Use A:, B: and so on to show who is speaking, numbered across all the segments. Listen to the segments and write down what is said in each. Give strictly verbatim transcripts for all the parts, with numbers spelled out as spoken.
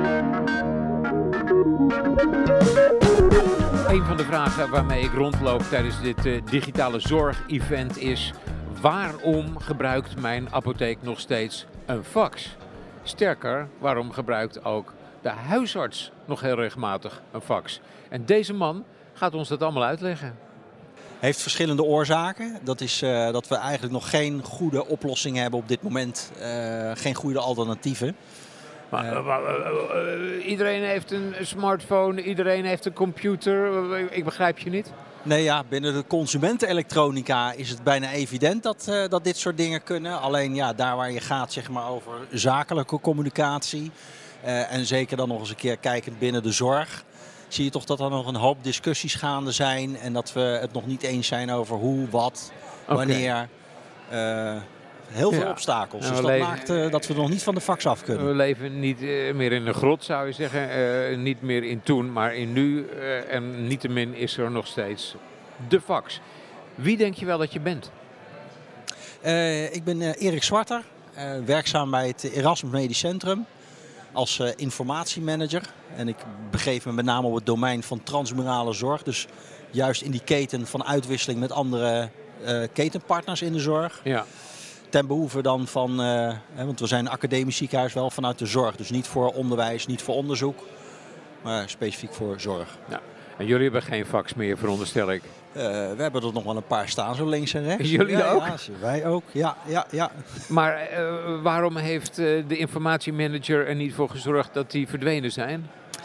A: Een van de vragen waarmee ik rondloop tijdens dit uh, digitale zorg-event is: waarom gebruikt mijn apotheek nog steeds een fax? Sterker, waarom gebruikt ook de huisarts nog heel regelmatig een fax? En deze man gaat ons dat allemaal uitleggen.
B: Heeft verschillende oorzaken. Dat is uh, dat we eigenlijk nog geen goede oplossing hebben op dit moment. Uh, geen goede alternatieven.
A: Maar, uh, maar, uh, uh, iedereen heeft een smartphone, iedereen heeft een computer. Uh, ik begrijp je niet.
B: Nee, ja, binnen de consumentenelektronica is het bijna evident dat, uh, dat dit soort dingen kunnen. Alleen ja, daar waar je gaat zeg maar, over zakelijke communicatie. Uh, en zeker dan nog eens een keer kijkend binnen de zorg. Zie je toch dat er nog een hoop discussies gaande zijn. En dat we het nog niet eens zijn over hoe, wat, wanneer. Okay. Uh, Heel veel ja. obstakels, dus dat leven, maakt uh, dat we nog niet van de fax af kunnen.
A: We leven niet uh, meer in de grot, zou je zeggen. Uh, niet meer in toen, maar in nu. Uh, en niettemin is er nog steeds de fax. Wie denk je wel dat je bent?
B: Uh, ik ben uh, Erik Zwarter, uh, werkzaam bij het Erasmus Medisch Centrum als uh, informatiemanager. En ik begeef me met name op het domein van transmurale zorg. Dus juist in die keten van uitwisseling met andere uh, ketenpartners in de zorg. Ja. Ten behoeve dan van, uh, hè, want we zijn een academisch ziekenhuis wel vanuit de zorg. Dus niet voor onderwijs, niet voor onderzoek, maar specifiek voor zorg.
A: Ja. En jullie hebben geen fax meer, veronderstel ik?
B: Uh, we hebben er nog wel een paar staan, zo links en rechts.
A: Jullie
B: ja,
A: ook?
B: Ja, wij ook, ja. ja, ja.
A: Maar uh, waarom heeft uh, de informatiemanager er niet voor gezorgd dat die verdwenen zijn?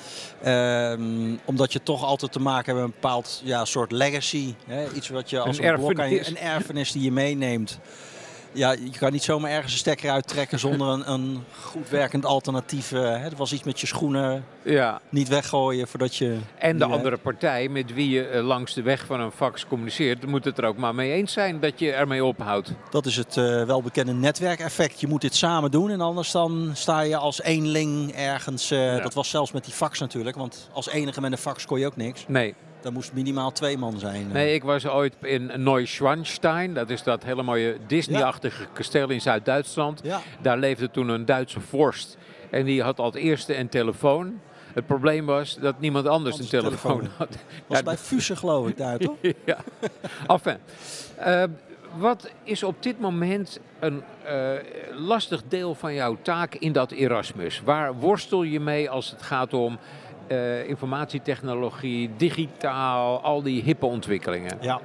B: Um, omdat je toch altijd te maken hebt met een bepaald ja, soort legacy. Hè? Iets wat je als
A: een,
B: een,
A: erfenis.
B: blok aan je, een erfenis die je meeneemt. Ja, je kan niet zomaar ergens een stekker uittrekken zonder een, een goed werkend alternatief. Uh, hè? Er was iets met je schoenen ja. niet weggooien voordat je...
A: En de andere hebt. partij met wie je uh, langs de weg van een fax communiceert, moet het er ook maar mee eens zijn dat je ermee ophoudt.
B: Dat is het uh, welbekende netwerkeffect. Je moet dit samen doen en anders dan sta je als eenling ergens. Uh, ja. Dat was zelfs met die fax natuurlijk, want als enige met een fax kon je ook niks.
A: Nee.
B: Dat moest minimaal twee man zijn.
A: Nee, ik was ooit in Neuschwanstein. Dat is dat hele mooie Disney-achtige ja. kasteel in Zuid-Duitsland. Ja. Daar leefde toen een Duitse vorst. En die had als eerste een telefoon. Het probleem was dat niemand anders, anders een telefoon, telefoon had.
B: Dat was ja, bij Fuse geloof ik daar, toch?
A: ja. Enfin. Uh, wat is op dit moment een uh, lastig deel van jouw taak in dat Erasmus? Waar worstel je mee als het gaat om... Uh, informatietechnologie, digitaal, al die hippe ontwikkelingen?
B: Ja,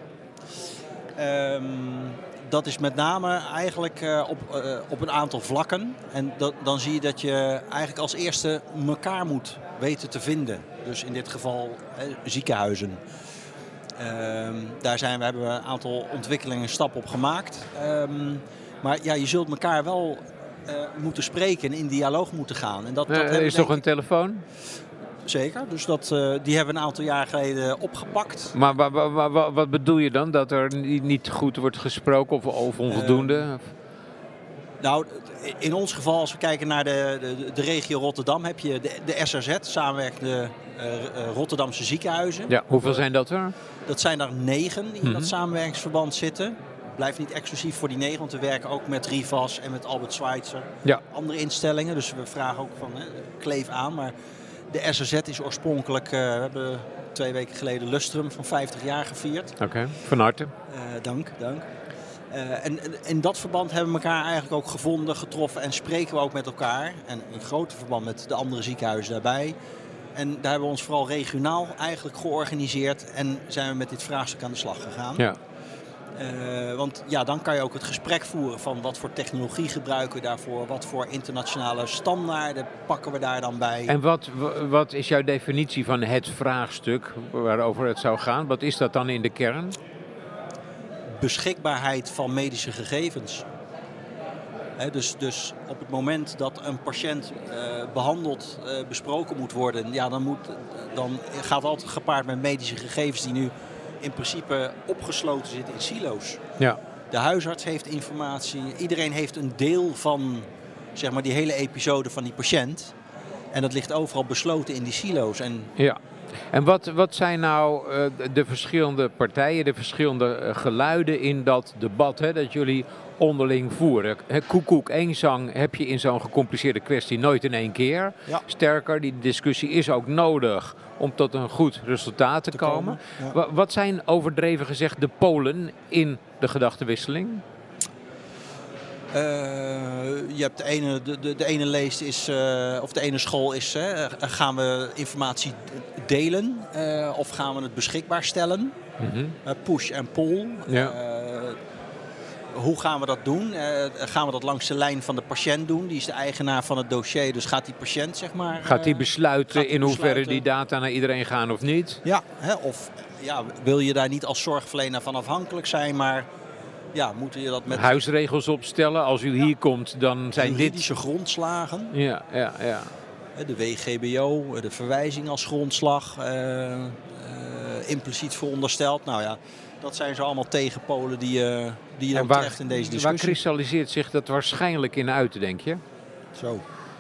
B: um, dat is met name eigenlijk uh, op, uh, op een aantal vlakken. En dat, dan zie je dat je eigenlijk als eerste elkaar moet weten te vinden. Dus in dit geval uh, ziekenhuizen. Um, daar zijn we, hebben we een aantal ontwikkelingen stap op gemaakt. Um, maar ja, je zult elkaar wel uh, moeten spreken en in dialoog moeten gaan. En dat,
A: uh,
B: dat hebben,
A: is toch een ik, telefoon?
B: Zeker, dus dat, uh, die hebben we een aantal jaar geleden opgepakt.
A: Maar wa, wa, wa, wat bedoel je dan? Dat er niet goed wordt gesproken of, of onvoldoende? Uh,
B: nou, in ons geval, als we kijken naar de, de, de regio Rotterdam, heb je de, de S R Z, samenwerkende uh, Rotterdamse ziekenhuizen.
A: Ja, hoeveel zijn dat er?
B: Dat zijn er negen die in mm-hmm. dat samenwerkingsverband zitten. Blijft niet exclusief voor die negen, want we werken ook met Rivas en met Albert Schweitzer. Ja. Andere instellingen, dus we vragen ook van hè, kleef aan, maar... De S R Z is oorspronkelijk, uh, we hebben twee weken geleden Lustrum van vijftig jaar gevierd.
A: Oké, okay, van harte.
B: Uh, dank, dank. Uh, en in dat verband hebben we elkaar eigenlijk ook gevonden, getroffen en spreken we ook met elkaar. En in groter verband met de andere ziekenhuizen daarbij. En daar hebben we ons vooral regionaal eigenlijk georganiseerd en zijn we met dit vraagstuk aan de slag gegaan. Ja. Uh, want ja, dan kan je ook het gesprek voeren van wat voor technologie gebruiken we daarvoor, wat voor internationale standaarden pakken we daar dan bij.
A: En wat, wat is jouw definitie van het vraagstuk waarover het zou gaan? Wat is dat dan in de kern?
B: Beschikbaarheid van medische gegevens. He, dus, dus op het moment dat een patiënt uh, behandeld, uh, besproken moet worden, ja, dan, moet, dan gaat het altijd gepaard met medische gegevens die nu in principe opgesloten zitten in silo's. Ja. De huisarts heeft informatie. Iedereen heeft een deel van zeg maar, die hele episode van die patiënt. En dat ligt overal besloten in die silo's. En
A: ja. En wat, wat zijn nou uh, de verschillende partijen, de verschillende uh, geluiden in dat debat, hè, dat jullie onderling voeren? Koekoek, één zang heb je in zo'n gecompliceerde kwestie nooit in één keer. Ja. Sterker, die discussie is ook nodig om tot een goed resultaat te, te komen. komen ja. Wat zijn overdreven gezegd de polen in de gedachtenwisseling?
B: Uh, je hebt de ene, de, de, de ene leest is, uh, of de ene school is, hè, gaan we informatie delen uh, of gaan we het beschikbaar stellen? Mm-hmm. uh, push en pull. Ja. Uh, hoe gaan we dat doen? Uh, gaan we dat langs de lijn van de patiënt doen? Die is de eigenaar van het dossier, dus gaat die patiënt zeg maar...
A: Gaat die besluiten gaat die in besluiten? hoeverre die data naar iedereen gaan of niet?
B: Ja, hè, of ja, wil je daar niet als zorgverlener van afhankelijk zijn, maar... Ja, moeten je dat met...
A: Huisregels opstellen. Als u ja. hier komt, dan zijn dit...
B: Juridische grondslagen.
A: Ja, ja, ja.
B: De W G B O, de verwijzing als grondslag. Uh, uh, impliciet verondersteld. Nou ja, dat zijn zo allemaal tegenpolen die, uh, die je dan waar, treft in deze discussie.
A: Waar kristalliseert zich dat waarschijnlijk in uit, denk je?
B: Zo.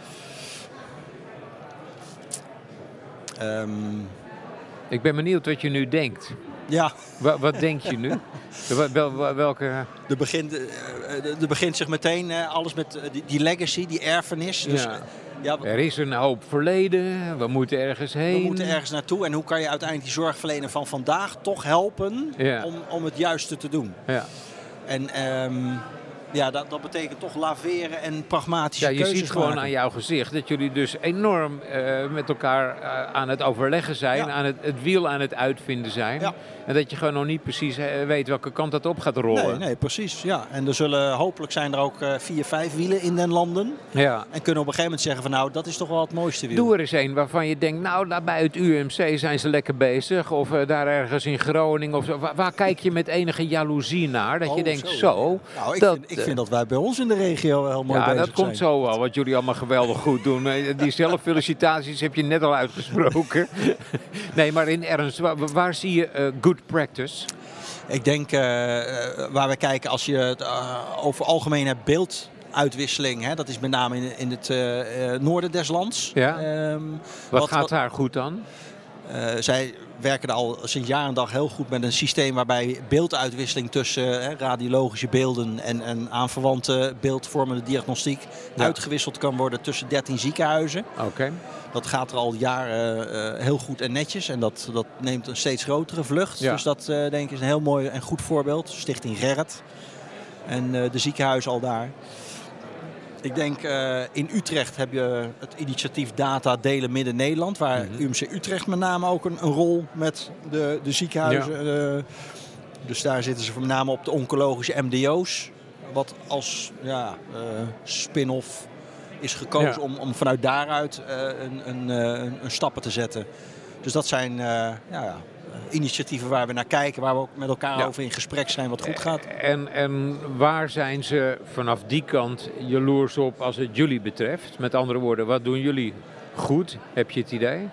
B: Um...
A: Ik ben benieuwd wat je nu denkt.
B: Ja.
A: Wat, wat denk je nu? Wel, wel, welke...
B: Er begint, er begint zich meteen alles met die, die legacy, die erfenis. Dus,
A: ja. Ja, er is een hoop verleden, we moeten ergens heen.
B: We moeten ergens naartoe. En hoe kan je uiteindelijk die zorgverlener van vandaag toch helpen ja. om, om het juiste te doen?
A: Ja.
B: En um, ja, dat, dat betekent toch laveren en pragmatische keuzes maken.
A: Ja, je ziet gewoon maken. aan jouw gezicht dat jullie dus enorm uh, met elkaar uh, aan het overleggen zijn, ja. aan het, het wiel aan het uitvinden zijn. Ja. En dat je gewoon nog niet precies uh, weet welke kant dat op gaat rollen.
B: Nee, nee, precies. Ja. En er zullen hopelijk zijn er ook uh, vier, vijf wielen in den landen.
A: Ja.
B: En kunnen op een gegeven moment zeggen van nou, dat is toch wel het mooiste wiel.
A: Doe er eens een waarvan je denkt, nou, daar bij het U M C zijn ze lekker bezig. Of uh, daar ergens in Groningen. Of zo. Waar, waar kijk je met enige jaloezie naar? Dat oh, je denkt, zo. zo
B: nou, ik,
A: dat,
B: vind, ik vind dat wij bij ons in de regio heel mooi
A: ja,
B: bezig zijn.
A: Ja, dat komt zo wel, wat jullie allemaal geweldig goed doen. Die zelffelicitaties heb je net al uitgesproken. Nee, maar in ernst, waar, waar zie je uh, good practice?
B: Ik denk uh, waar we kijken als je het uh, over algemeen hebt beelduitwisseling. Hè, dat is met name in, in het uh, uh, noorden des lands.
A: Ja. Um, wat, wat gaat wat, daar goed dan?
B: Uh, zij werken er al sinds jaar en dag heel goed met een systeem waarbij beelduitwisseling tussen uh, radiologische beelden en, en aanverwante beeldvormende diagnostiek ja. uitgewisseld kan worden tussen dertien ziekenhuizen.
A: Oké. Okay.
B: Dat gaat er al jaren uh, heel goed en netjes en dat, dat neemt een steeds grotere vlucht. Ja. Dus dat uh, denk ik is een heel mooi en goed voorbeeld. Stichting Gerrit en uh, de ziekenhuizen al daar. Ik denk uh, in Utrecht heb je het initiatief Data Delen Midden-Nederland. Waar mm-hmm. U M C Utrecht met name ook een, een rol met de, de ziekenhuizen. Ja. Uh, dus daar zitten ze met name op de oncologische M D O's. Wat als ja, uh, spin-off is gekozen ja. om, om vanuit daaruit uh, een, een, een, een stappen te zetten. Dus dat zijn uh, ja, ja, initiatieven waar we naar kijken, waar we ook met elkaar ja. over in gesprek zijn wat goed gaat.
A: En, en waar zijn ze vanaf die kant jaloers op als het jullie betreft? Met andere woorden, wat doen jullie goed? Heb je het idee?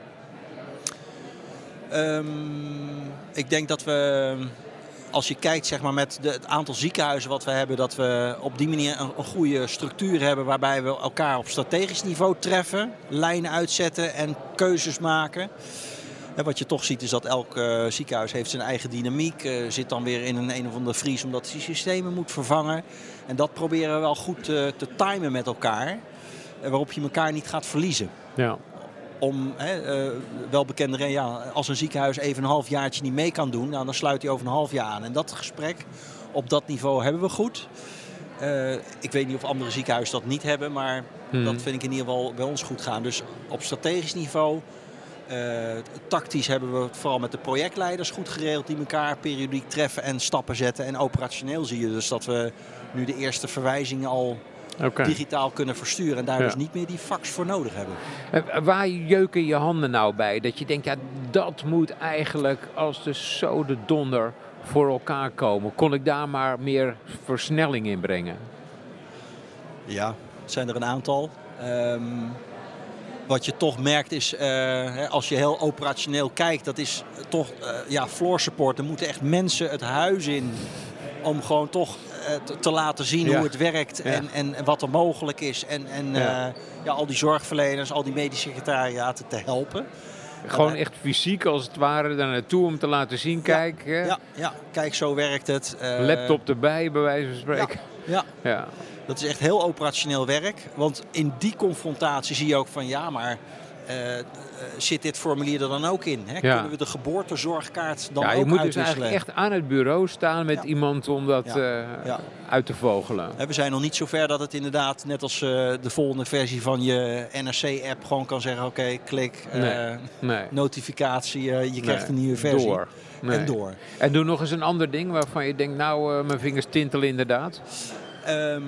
B: Um, ik denk dat we... Als je kijkt zeg maar, met de, het aantal ziekenhuizen wat we hebben, dat we op die manier een, een goede structuur hebben waarbij we elkaar op strategisch niveau treffen, lijnen uitzetten en keuzes maken. En wat je toch ziet is dat elk uh, ziekenhuis heeft zijn eigen dynamiek, uh, zit dan weer in een een of andere vries omdat hij systemen moet vervangen. En dat proberen we wel goed uh, te timen met elkaar, uh, waarop je elkaar niet gaat verliezen.
A: Ja.
B: Om, hè, uh, welbekende, ja, als een ziekenhuis even een half jaartje niet mee kan doen, nou, dan sluit hij over een half jaar aan. En dat gesprek op dat niveau hebben we goed. Uh, ik weet niet of andere ziekenhuizen dat niet hebben, maar hmm. dat vind ik in ieder geval bij ons goed gaan. Dus op strategisch niveau, uh, tactisch hebben we het vooral met de projectleiders goed geregeld die elkaar periodiek treffen en stappen zetten. En operationeel zie je dus dat we nu de eerste verwijzingen al Okay. digitaal kunnen versturen en daar ja. dus niet meer die fax voor nodig hebben.
A: Uh, waar jeuken je handen nou bij? Dat je denkt, ja, dat moet eigenlijk als de zo de donder voor elkaar komen. Kon ik daar maar meer versnelling in brengen?
B: Ja, het zijn er een aantal. Um, wat je toch merkt is, uh, als je heel operationeel kijkt, dat is toch, uh, ja, floor support. Er moeten echt mensen het huis in om gewoon toch Te, te laten zien ja. hoe het werkt ja. en, en wat er mogelijk is. En, en ja. Uh, ja, al die zorgverleners, al die medische secretariaten te helpen.
A: Gewoon echt fysiek als het ware daar naartoe om te laten zien, kijk.
B: Ja, ja, ja, kijk, zo werkt het. Uh,
A: Laptop erbij, bij wijze van spreken.
B: Ja, ja. ja, dat is echt heel operationeel werk. Want in die confrontatie zie je ook van ja, maar uh, uh, zit dit formulier er dan ook in? Hè? Ja. Kunnen we de geboortezorgkaart dan
A: ja,
B: ook
A: uitwisselen? Je moet
B: uitwisselen?
A: dus eigenlijk echt aan het bureau staan met ja. iemand om dat ja. Uh, ja. uit te vogelen.
B: We zijn nog niet zo ver dat het inderdaad, net als uh, de volgende versie van je N R C-app, gewoon kan zeggen, oké, okay, klik, uh, nee. Nee. notificatie, uh, je krijgt nee. een nieuwe versie.
A: Door. Nee.
B: En door.
A: En doe nog eens een ander ding waarvan je denkt, nou, uh, mijn vingers tintelen inderdaad.
B: Um,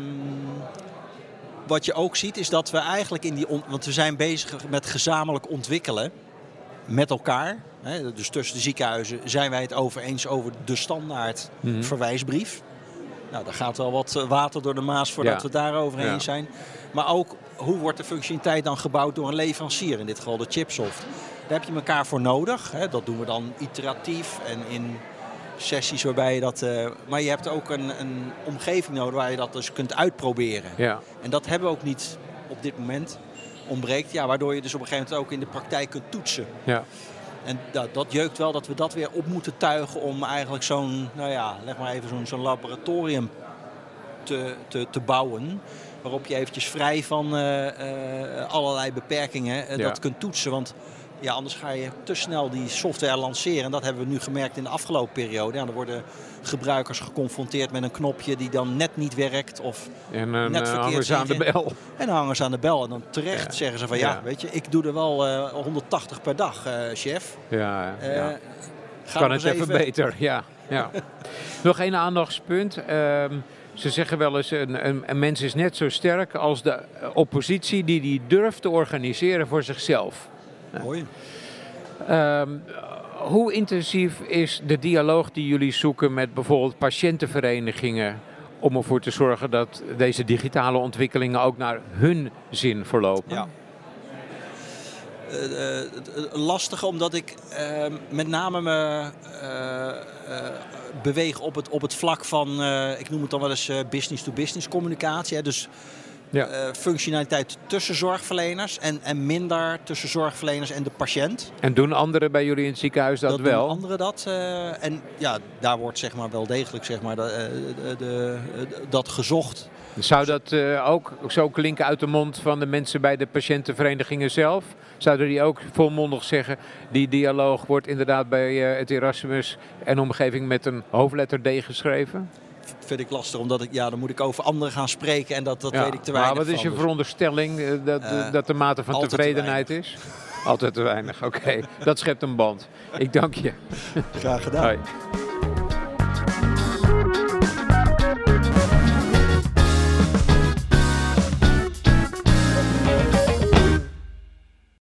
B: wat je ook ziet is dat we eigenlijk in die... On- want we zijn bezig met gezamenlijk ontwikkelen met elkaar. Hè, dus tussen de ziekenhuizen zijn wij het over eens over de standaard mm-hmm. verwijsbrief. Nou, daar gaat wel wat water door de Maas voordat ja. we daar overheen ja. zijn. Maar ook, hoe wordt de functionaliteit dan gebouwd door een leverancier? In dit geval de Chipsoft. Daar heb je elkaar voor nodig. Hè. Dat doen we dan iteratief en in sessies waarbij je dat... Uh, maar je hebt ook een, een omgeving nodig waar je dat dus kunt uitproberen.
A: Ja.
B: En dat hebben we ook niet op dit moment. Ontbreekt. Ja, waardoor je dus op een gegeven moment ook in de praktijk kunt toetsen.
A: Ja.
B: En dat, dat jeukt wel dat we dat weer op moeten tuigen om eigenlijk zo'n, nou ja, leg maar even zo'n, zo'n laboratorium te, te, te bouwen. Waarop je eventjes vrij van uh, uh, allerlei beperkingen uh, ja. dat kunt toetsen. Want ja, anders ga je te snel die software lanceren. En dat hebben we nu gemerkt in de afgelopen periode. Ja, dan worden gebruikers geconfronteerd met een knopje die dan net niet werkt. Of
A: en een,
B: net
A: uh,
B: verkeerd
A: hangen ze aan de bel.
B: En dan hangen ze aan de bel. En dan terecht ja. zeggen ze van ja, ja, weet je, ik doe er wel uh, honderdtachtig per dag, uh, chef.
A: Ja,
B: uh,
A: ja. Kan het even, even beter, ja. ja. Nog één aandachtspunt. Uh, Ze zeggen wel eens, een, een, een mens is net zo sterk als de oppositie die die durft te organiseren voor zichzelf.
B: Mooi.
A: Um, hoe intensief is de dialoog die jullie zoeken met bijvoorbeeld patiëntenverenigingen om ervoor te zorgen dat deze digitale ontwikkelingen ook naar hun zin verlopen?
B: Ja. Uh, uh, lastig omdat ik uh, met name me uh, uh, beweeg op het, op het vlak van, uh, ik noem het dan wel eens uh, business-to-business communicatie. Hè? Dus ja. uh, functionaliteit tussen zorgverleners en, en minder tussen zorgverleners en de patiënt.
A: En doen anderen bij jullie in het ziekenhuis dat, dat wel?
B: Doen anderen dat. Uh, en ja, daar wordt zeg maar wel degelijk zeg maar, de, de, de, de, dat gezocht.
A: Zou dat uh, ook zo klinken uit de mond van de mensen bij de patiëntenverenigingen zelf? Zouden die ook volmondig zeggen, die dialoog wordt inderdaad bij uh, het Erasmus en omgeving met een hoofdletter D geschreven?
B: Vind ik lastig, omdat ik, ja, dan moet ik over anderen gaan spreken en dat, dat ja, weet ik te weinig
A: maar wat is je
B: van,
A: veronderstelling uh, dat, uh, dat de mate van tevredenheid is? Altijd te weinig, oké. Okay. Dat schept een band. Ik dank je.
B: Graag gedaan.
A: Hoi.